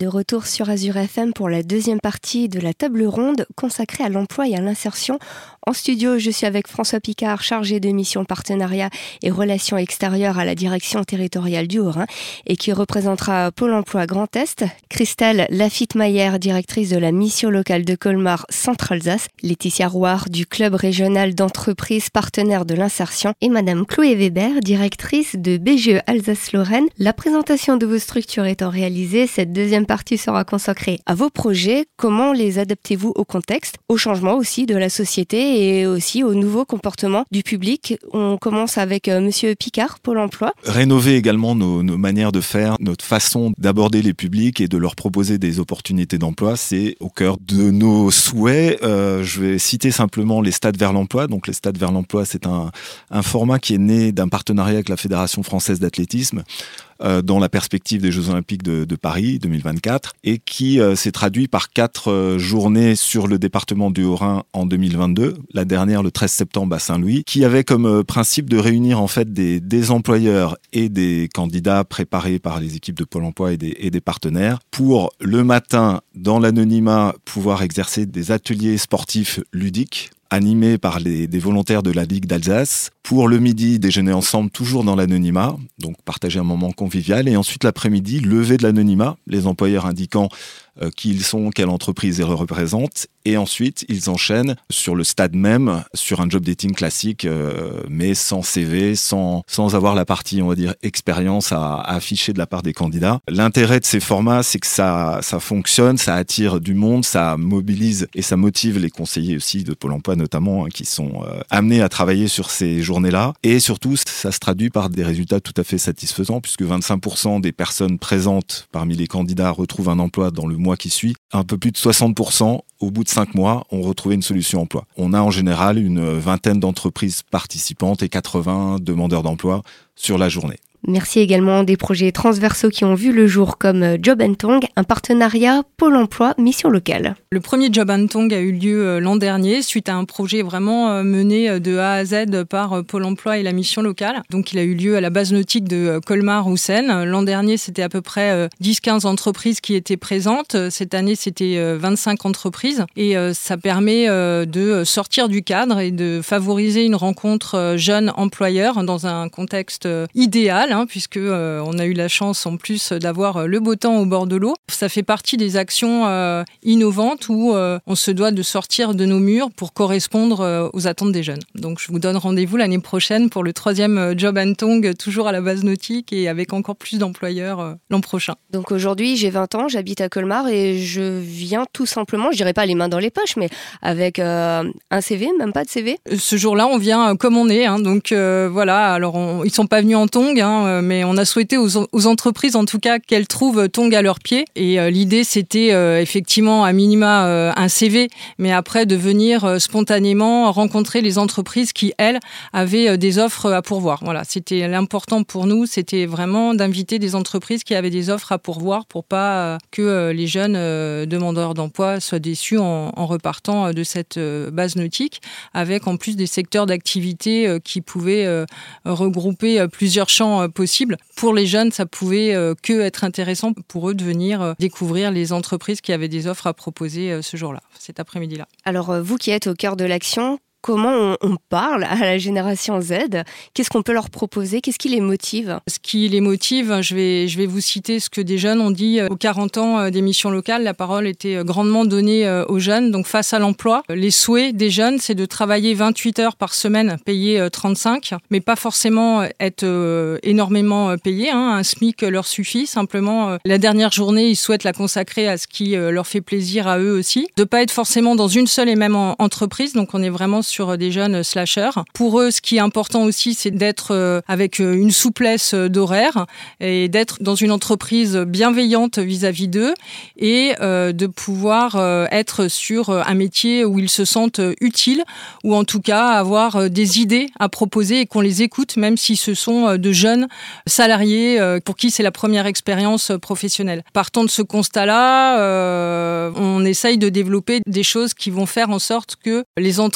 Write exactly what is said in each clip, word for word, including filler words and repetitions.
De retour sur Azure F M pour la deuxième partie de la table ronde consacrée à l'emploi et à l'insertion. En studio, je suis avec François Picard, chargé de mission partenariat et relations extérieures à la direction territoriale du Haut-Rhin et qui représentera Pôle emploi Grand Est, Christelle Lafitte-Maillère, directrice de la mission locale de Colmar Centre-Alsace, Laetitia Rouard du club régional d'entreprises partenaires de l'insertion et Madame Chloé Weber, directrice de B G E Alsace-Lorraine. La présentation de vos structures étant réalisée, cette deuxième partie sera consacrée à vos projets. Comment les adaptez-vous au contexte, au changement aussi de la société et aussi aux nouveaux comportements du public? On commence avec euh, Monsieur Picard, Pôle emploi. Rénover également nos, nos manières de faire, notre façon d'aborder les publics et de leur proposer des opportunités d'emploi, c'est au cœur de nos souhaits. Euh, je vais citer simplement les stades vers l'emploi. Donc les stades vers l'emploi, c'est un, un format qui est né d'un partenariat avec la Fédération française d'athlétisme euh, dans la perspective des Jeux Olympiques de, de Paris deux mille vingt-quatre et qui euh, s'est traduit par quatre euh, journées sur le département du Haut-Rhin en deux mille vingt-deux. La dernière, le treize septembre à Saint-Louis, qui avait comme euh, principe de réunir en fait des, des employeurs et des candidats préparés par les équipes de Pôle emploi et des, et des partenaires pour le matin, dans l'anonymat, pouvoir exercer des ateliers sportifs ludiques animés par les, des volontaires de la Ligue d'Alsace. Pour le midi, déjeuner ensemble, toujours dans l'anonymat, donc partager un moment convivial. Et ensuite, l'après-midi, lever de l'anonymat, les employeurs indiquant euh, qui ils sont, quelle entreprise ils représentent. Et ensuite, ils enchaînent sur le stade même, sur un job dating classique, euh, mais sans C V, sans, sans avoir la partie, on va dire, expérience à, à afficher de la part des candidats. L'intérêt de ces formats, c'est que ça, ça fonctionne, ça attire du monde, ça mobilise et ça motive les conseillers aussi de Pôle emploi notamment, hein, qui sont euh, amenés à travailler sur ces journées-là. Et surtout, ça se traduit par des résultats tout à fait satisfaisants, puisque vingt-cinq pour cent des personnes présentes parmi les candidats retrouvent un emploi dans le mois qui suit. Un peu plus de soixante pour cent au bout de cinq mois, ont retrouvé une solution emploi. On a en général une vingtaine d'entreprises participantes et quatre-vingts demandeurs d'emploi sur la journée. Merci également des projets transversaux qui ont vu le jour comme Job and Tongue, un partenariat Pôle emploi mission locale. Le premier Job and Tongue a eu lieu l'an dernier suite à un projet vraiment mené de A à Z par Pôle emploi et la mission locale. Donc il a eu lieu à la base nautique de Colmar-Houssen. L'an dernier, c'était à peu près dix à quinze entreprises qui étaient présentes. Cette année, c'était vingt-cinq entreprises et ça permet de sortir du cadre et de favoriser une rencontre jeune-employeur dans un contexte idéal. Hein, puisque euh, on a eu la chance en plus d'avoir le beau temps au bord de l'eau. Ça fait partie des actions euh, innovantes où euh, on se doit de sortir de nos murs pour correspondre euh, aux attentes des jeunes. Donc je vous donne rendez-vous l'année prochaine pour le troisième Job and Tongue, toujours à la base nautique et avec encore plus d'employeurs euh, l'an prochain. Donc aujourd'hui j'ai vingt ans, j'habite à Colmar et je viens tout simplement, je dirais pas les mains dans les poches, mais avec euh, un C V, même pas de C V. Ce jour-là on vient comme on est, hein, donc euh, voilà, alors on, ils sont pas venus en tongue, hein, mais on a souhaité aux, aux entreprises en tout cas qu'elles trouvent tongue à leurs pieds et euh, l'idée c'était euh, effectivement à minima euh, un C V, mais après de venir euh, spontanément rencontrer les entreprises qui elles avaient euh, des offres à pourvoir. Voilà, c'était l'important pour nous, c'était vraiment d'inviter des entreprises qui avaient des offres à pourvoir pour pas euh, que euh, les jeunes euh, demandeurs d'emploi soient déçus en, en repartant euh, de cette euh, base nautique, avec en plus des secteurs d'activité euh, qui pouvaient euh, regrouper euh, plusieurs champs euh, possible. Pour les jeunes, ça pouvait euh, que être intéressant pour eux de venir euh, découvrir les entreprises qui avaient des offres à proposer euh, ce jour-là, cet après-midi-là. Alors euh, vous qui êtes au cœur de l'action, comment on, on parle à la génération Z? Qu'est-ce qu'on peut leur proposer? Qu'est-ce qui les motive? Ce qui les motive, je vais, je vais vous citer ce que des jeunes ont dit aux quarante ans des missions locales. La parole était grandement donnée aux jeunes. Donc face à l'emploi, les souhaits des jeunes, c'est de travailler vingt-huit heures par semaine, payés trente-cinq, mais pas forcément être énormément payés. Hein. Un SMIC leur suffit. Simplement, la dernière journée, ils souhaitent la consacrer à ce qui leur fait plaisir à eux aussi. De pas être forcément dans une seule et même entreprise. Donc on est vraiment sur des jeunes slasheurs. Pour eux, ce qui est important aussi, c'est d'être avec une souplesse d'horaire et d'être dans une entreprise bienveillante vis-à-vis d'eux et de pouvoir être sur un métier où ils se sentent utiles ou en tout cas avoir des idées à proposer et qu'on les écoute, même si ce sont de jeunes salariés pour qui c'est la première expérience professionnelle. Partant de ce constat-là, euh, on essaye de développer des choses qui vont faire en sorte que les entreprises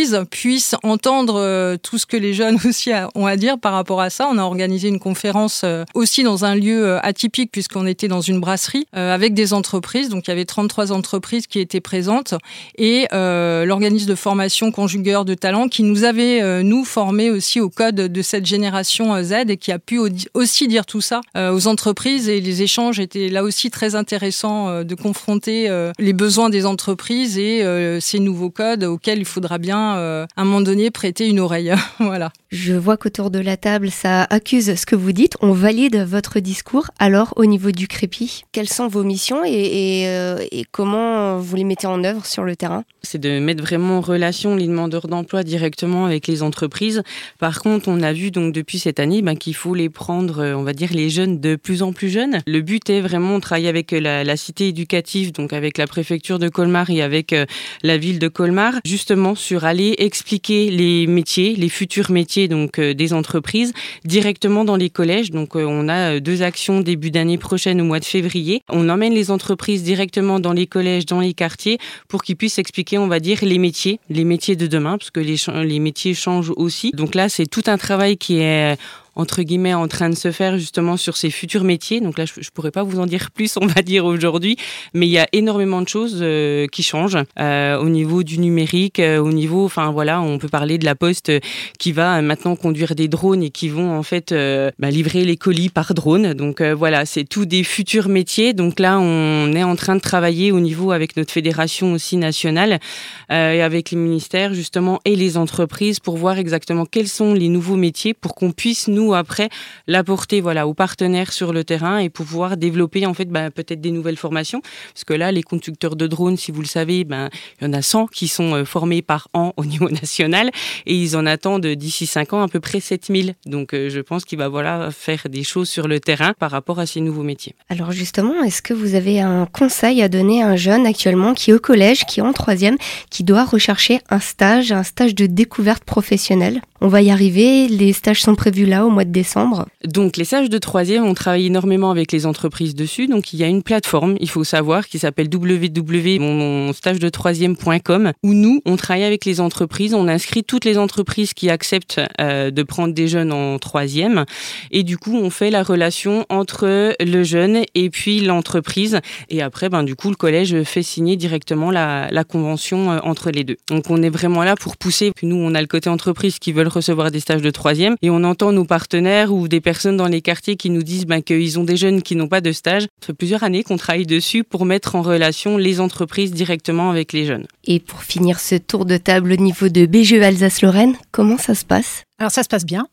entreprises puissent entendre euh, tout ce que les jeunes aussi a, ont à dire par rapport à ça. On a organisé une conférence euh, aussi dans un lieu euh, atypique puisqu'on était dans une brasserie euh, avec des entreprises. Donc il y avait trente-trois entreprises qui étaient présentes et euh, l'organisme de formation Conjugueur de Talents qui nous avait, euh, nous, formés aussi au code de cette génération euh, Z et qui a pu aussi dire tout ça euh, aux entreprises. Et les échanges étaient là aussi très intéressants euh, de confronter euh, les besoins des entreprises et euh, ces nouveaux codes auxquels il faudra bien, euh, à un moment donné, prêter une oreille. Voilà. Je vois qu'autour de la table, ça accuse ce que vous dites. On valide votre discours. Alors, au niveau du Crépi, quelles sont vos missions et, et, euh, et comment vous les mettez en œuvre sur le terrain ? C'est de mettre vraiment en relation les demandeurs d'emploi directement avec les entreprises. Par contre, on a vu donc depuis cette année ben, qu'il faut les prendre, on va dire, les jeunes de plus en plus jeunes. Le but est vraiment de travailler avec la, la cité éducative, donc avec la préfecture de Colmar et avec euh, la ville de Colmar, justement sur aller expliquer les métiers, les futurs métiers donc euh, des entreprises directement dans les collèges. Donc euh, on a deux actions début d'année prochaine au mois de février. On emmène les entreprises directement dans les collèges, dans les quartiers pour qu'ils puissent expliquer, on va dire, les métiers, les métiers de demain parce que les, les métiers changent aussi. Donc là, c'est tout un travail qui est entre guillemets en train de se faire justement sur ces futurs métiers. Donc là, je, je pourrais pas vous en dire plus, on va dire aujourd'hui, mais il y a énormément de choses euh, qui changent euh, au niveau du numérique, euh, au niveau, enfin voilà, on peut parler de la Poste euh, qui va maintenant conduire des drones et qui vont en fait euh, bah, livrer les colis par drone. Donc euh, voilà, c'est tous des futurs métiers. Donc là, on est en train de travailler au niveau avec notre fédération aussi nationale euh, et avec les ministères justement et les entreprises pour voir exactement quels sont les nouveaux métiers pour qu'on puisse nous après l'apporter voilà aux partenaires sur le terrain et pouvoir développer en fait bah, peut-être des nouvelles formations parce que là les conducteurs de drones si vous le savez ben il y en a cent qui sont euh, formés par an au niveau national et ils en attendent d'ici cinq ans à peu près sept mille. Donc euh, je pense qu'il va voilà faire des choses sur le terrain par rapport à ces nouveaux métiers. Alors justement, est-ce que vous avez un conseil à donner à un jeune actuellement qui est au collège, qui est en troisième, qui doit rechercher un stage, un stage de découverte professionnelle ? On va y arriver, les stages sont prévus là au mois de décembre. Donc les stages de troisième, on travaille énormément avec les entreprises dessus. Donc il y a une plateforme, il faut savoir, qui s'appelle w w w point mon stage de troisième point com où nous, on travaille avec les entreprises, on inscrit toutes les entreprises qui acceptent euh, de prendre des jeunes en troisième et du coup on fait la relation entre le jeune et puis l'entreprise et après ben du coup le collège fait signer directement la, la convention euh, entre les deux. Donc on est vraiment là pour pousser. Puis nous on a le côté entreprise qui veulent recevoir des stages de troisième et on entend nos partenaires ou des personnes dans les quartiers qui nous disent ben, qu'ils ont des jeunes qui n'ont pas de stage. Ça fait plusieurs années qu'on travaille dessus pour mettre en relation les entreprises directement avec les jeunes. Et pour finir ce tour de table au niveau de B G E Alsace-Lorraine, comment ça se passe ? Alors ça se passe bien.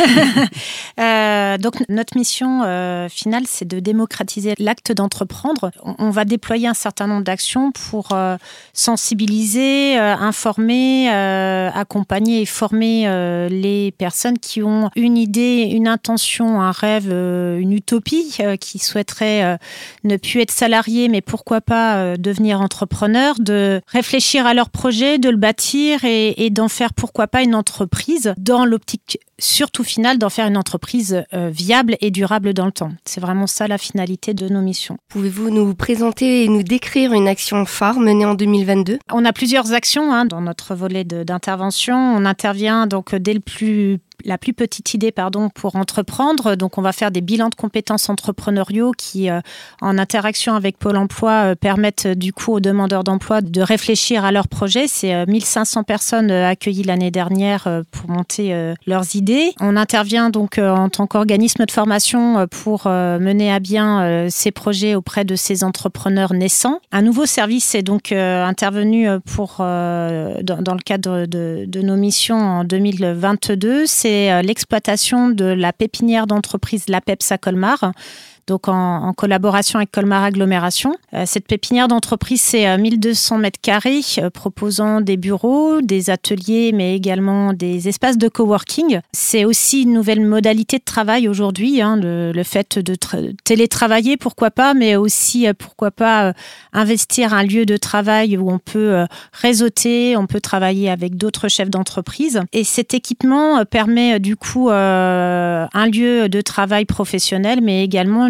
euh, donc notre mission euh, finale, c'est de démocratiser l'acte d'entreprendre. On, on va déployer un certain nombre d'actions pour euh, sensibiliser, euh, informer, euh, accompagner et former euh, les personnes qui ont une idée, une intention, un rêve, euh, une utopie, euh, qui souhaiteraient euh, ne plus être salariés, mais pourquoi pas euh, devenir entrepreneurs, de réfléchir à leur projet, de le bâtir et, et d'en faire pourquoi pas une entreprise dans l'optique surtout finale d'en faire une entreprise euh, viable et durable dans le temps. C'est vraiment ça la finalité de nos missions. Pouvez-vous nous présenter et nous décrire une action phare menée en deux mille vingt-deux ? On a plusieurs actions hein, dans notre volet de, d'intervention. On intervient donc dès le plus la plus petite idée pardon, pour entreprendre. Donc, on va faire des bilans de compétences entrepreneuriaux qui, euh, en interaction avec Pôle emploi, euh, permettent euh, du coup aux demandeurs d'emploi de réfléchir à leur projet. C'est euh, mille cinq cents personnes euh, accueillies l'année dernière euh, pour monter euh, leurs idées. On intervient donc euh, en tant qu'organisme de formation euh, pour euh, mener à bien euh, ces projets auprès de ces entrepreneurs naissants. Un nouveau service est donc euh, intervenu pour, euh, dans, dans le cadre de, de nos missions en deux mille vingt-deux. C'est C'est l'exploitation de la pépinière d'entreprise l'APEPS à Colmar, donc en, en collaboration avec Colmar Agglomération. Euh, cette pépinière d'entreprise, c'est euh, mille deux cents mètres carrés, euh, proposant des bureaux, des ateliers, mais également des espaces de coworking. C'est aussi une nouvelle modalité de travail aujourd'hui, hein, le, le fait de tra- télétravailler, pourquoi pas, mais aussi, euh, pourquoi pas, euh, investir un lieu de travail où on peut euh, réseauter, on peut travailler avec d'autres chefs d'entreprise. Et cet équipement euh, permet euh, du coup euh, un lieu de travail professionnel, mais également une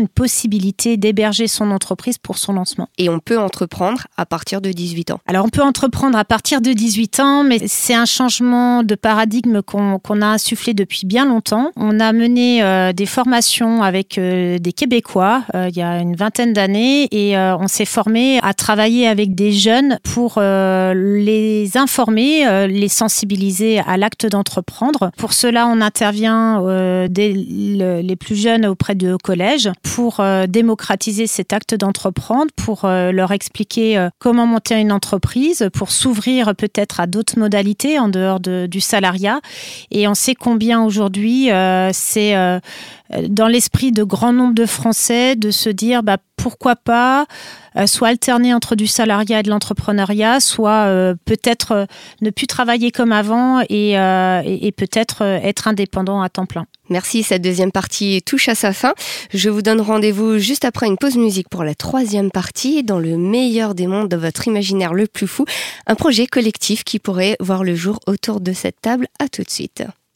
possibilité d'héberger son entreprise pour son lancement. Et on peut entreprendre à partir de dix-huit ans. Alors on peut entreprendre à partir de dix-huit ans, mais c'est un changement de paradigme qu'on, qu'on a insufflé depuis bien longtemps. On a mené euh, des formations avec euh, des Québécois euh, il y a une vingtaine d'années et euh, on s'est formé à travailler avec des jeunes pour euh, les informer, euh, les sensibiliser à l'acte d'entreprendre. Pour cela, on intervient euh, dès le, les plus jeunes auprès de collèges pour euh, démocratiser cet acte d'entreprendre, pour euh, leur expliquer euh, comment monter une entreprise, pour s'ouvrir peut-être à d'autres modalités en dehors de, du salariat. Et on sait combien aujourd'hui euh, c'est euh, dans l'esprit de grand nombre de Français de se dire bah, pourquoi pas euh, soit alterner entre du salariat et de l'entrepreneuriat, soit euh, peut-être euh, ne plus travailler comme avant et, euh, et, et peut-être euh, être indépendant à temps plein. Merci, cette deuxième partie touche à sa fin. Je vous donne rendez-vous juste après une pause musique pour la troisième partie, dans le meilleur des mondes de votre imaginaire le plus fou, un projet collectif qui pourrait voir le jour autour de cette table. À tout de suite.